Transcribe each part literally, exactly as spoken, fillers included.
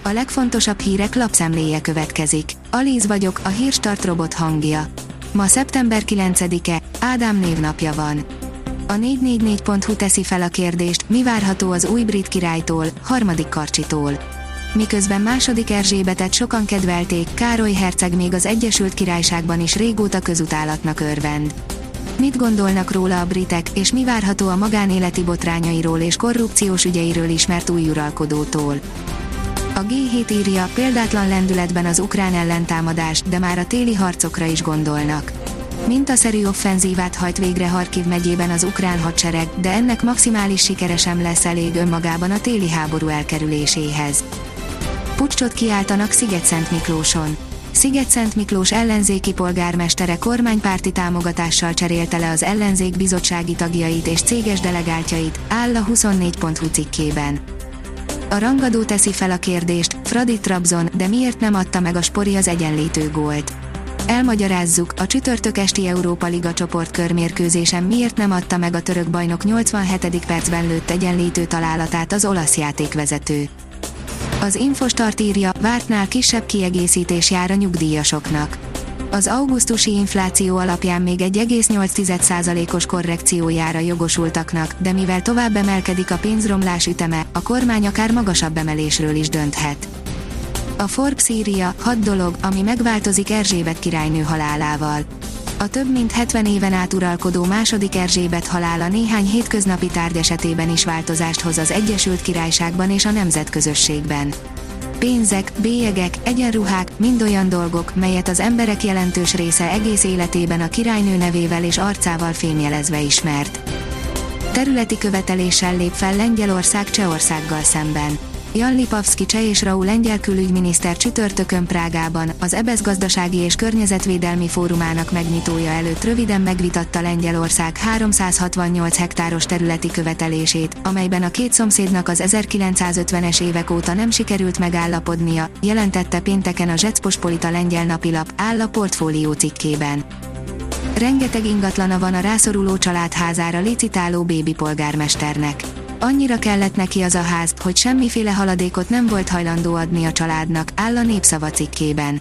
A legfontosabb hírek lapszemléje következik. Alíz vagyok, a Hírstart robot hangja. Ma szeptember kilencedike, Ádám névnapja van. A négy négy négy pont hu teszi fel a kérdést, mi várható az új brit királytól, harmadik Karcsitól. Miközben második Erzsébetet sokan kedvelték, Károly herceg még az Egyesült Királyságban is régóta közutálatnak örvend. Mit gondolnak róla a britek, és mi várható a magánéleti botrányairól és korrupciós ügyeiről ismert új uralkodótól? A gé hét írja, példátlan lendületben az ukrán ellentámadás, de már a téli harcokra is gondolnak. Mintaszerű offenzívát hajt végre Harkiv megyében az ukrán hadsereg, de ennek maximális sikere sem lesz elég önmagában a téli háború elkerüléséhez. Puccsot kiáltanak Szigetszentmiklóson. Szigetszentmiklós ellenzéki polgármestere kormánypárti támogatással cserélte le az ellenzék bizottsági tagjait és céges delegáltjait, áll a huszonnégy pont hu cikkében. A rangadó teszi fel a kérdést, Fradi Trabzon, de miért nem adta meg a Spori az egyenlítő gólt? Elmagyarázzuk, a csütörtök esti Európa Liga csoportkörmérkőzésen miért nem adta meg a török bajnok nyolcvanhetedik percben lőtt egyenlítő találatát az olasz játékvezető. Az Infostart írja, vártnál kisebb kiegészítés jár a nyugdíjasoknak. Az augusztusi infláció alapján még egy egész nyolc tized százalékos korrekció jár a jogosultaknak, de mivel tovább emelkedik a pénzromlás üteme, a kormány akár magasabb emelésről is dönthet. A Forbes írja, hat dolog, ami megváltozik Erzsébet királynő halálával. A több mint hetven éven át uralkodó második Erzsébet halála néhány hétköznapi tárgy esetében is változást hoz az Egyesült Királyságban és a nemzetközösségben. Pénzek, bélyegek, egyenruhák, mind olyan dolgok, melyet az emberek jelentős része egész életében a királynő nevével és arcával fémjelezve ismert. Területi követeléssel lép fel Lengyelország Csehországgal szemben. Jan Lipavsky cseh és Rau lengyel külügyminiszter csütörtökön Prágában, az é bé e es gazdasági és környezetvédelmi fórumának megnyitója előtt röviden megvitatta Lengyelország háromszázhatvannyolc hektáros területi követelését, amelyben a két szomszédnak az ezerkilencszázötvenes évek óta nem sikerült megállapodnia, jelentette pénteken a Rzeczpospolita lengyel napilap, áll a Portfólió cikkében. Rengeteg ingatlana van a rászoruló család házára licitáló bébi polgármesternek. Annyira kellett neki az a ház, hogy semmiféle haladékot nem volt hajlandó adni a családnak, áll a Népszava cikkében.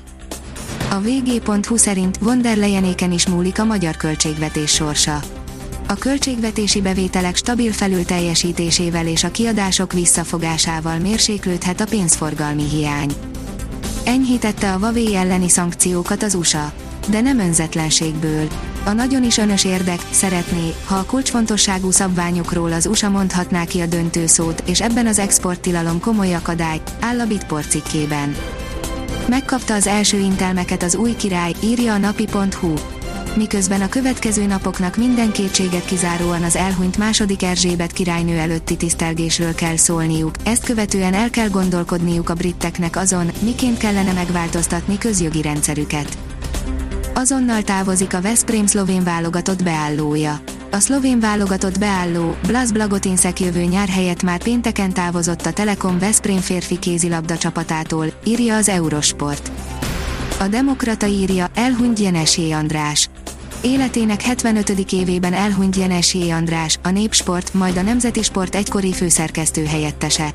A vé gé pont hu szerint von der Leyenéken is múlik a magyar költségvetés sorsa. A költségvetési bevételek stabil felülteljesítésével és a kiadások visszafogásával mérséklődhet a pénzforgalmi hiány. Enyhítette a Huawei elleni szankciókat az u es á. De nem önzetlenségből. A nagyon is önös érdek szeretné, ha a kulcsfontosságú szabványokról az u es á mondhatná ki a döntő szót, és ebben az exporttilalom komoly akadály, áll a Bitport cikkében. Megkapta az első intelmeket az új király, írja a napi pont hu. Miközben a következő napoknak minden kétséget kizáróan az elhunyt második Erzsébet királynő előtti tisztelgésről kell szólniuk, ezt követően el kell gondolkodniuk a briteknek azon, miként kellene megváltoztatni közjogi rendszerüket. Azonnal távozik a Veszprém szlovén válogatott beállója. A szlovén válogatott beálló, Blaž Blagotinšek jövő nyár helyett már pénteken távozott a Telekom Veszprém férfi kézilabda csapatától, írja az Eurosport. A Demokrata írja, elhunyt Jenesé András. Életének hetvenötödik évében elhunyt Jenesé András, a Népsport, majd a Nemzeti Sport egykori főszerkesztő helyettese.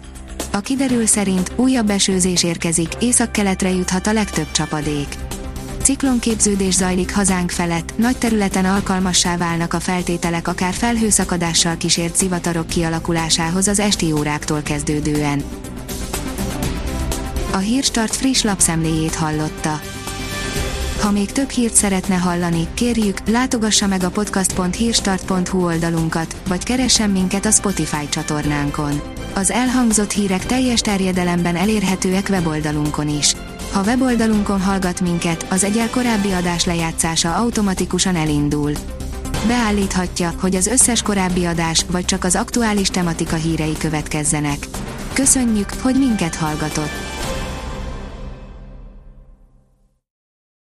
A kiderül szerint újabb esőzés érkezik, északkeletre juthat a legtöbb csapadék. Ciklonképződés zajlik hazánk felett, nagy területen alkalmassá válnak a feltételek akár felhőszakadással kísért zivatarok kialakulásához az esti óráktól kezdődően. A Hírstart friss lapszemléjét hallotta. Ha még több hírt szeretne hallani, kérjük, látogassa meg a podcast pont hírstart pont hu oldalunkat, vagy keressen minket a Spotify csatornánkon. Az elhangzott hírek teljes terjedelemben elérhetőek weboldalunkon is. Ha weboldalunkon hallgat minket, az egyel korábbi adás lejátszása automatikusan elindul. Beállíthatja, hogy az összes korábbi adás, vagy csak az aktuális tematika hírei következzenek. Köszönjük, hogy minket hallgatott!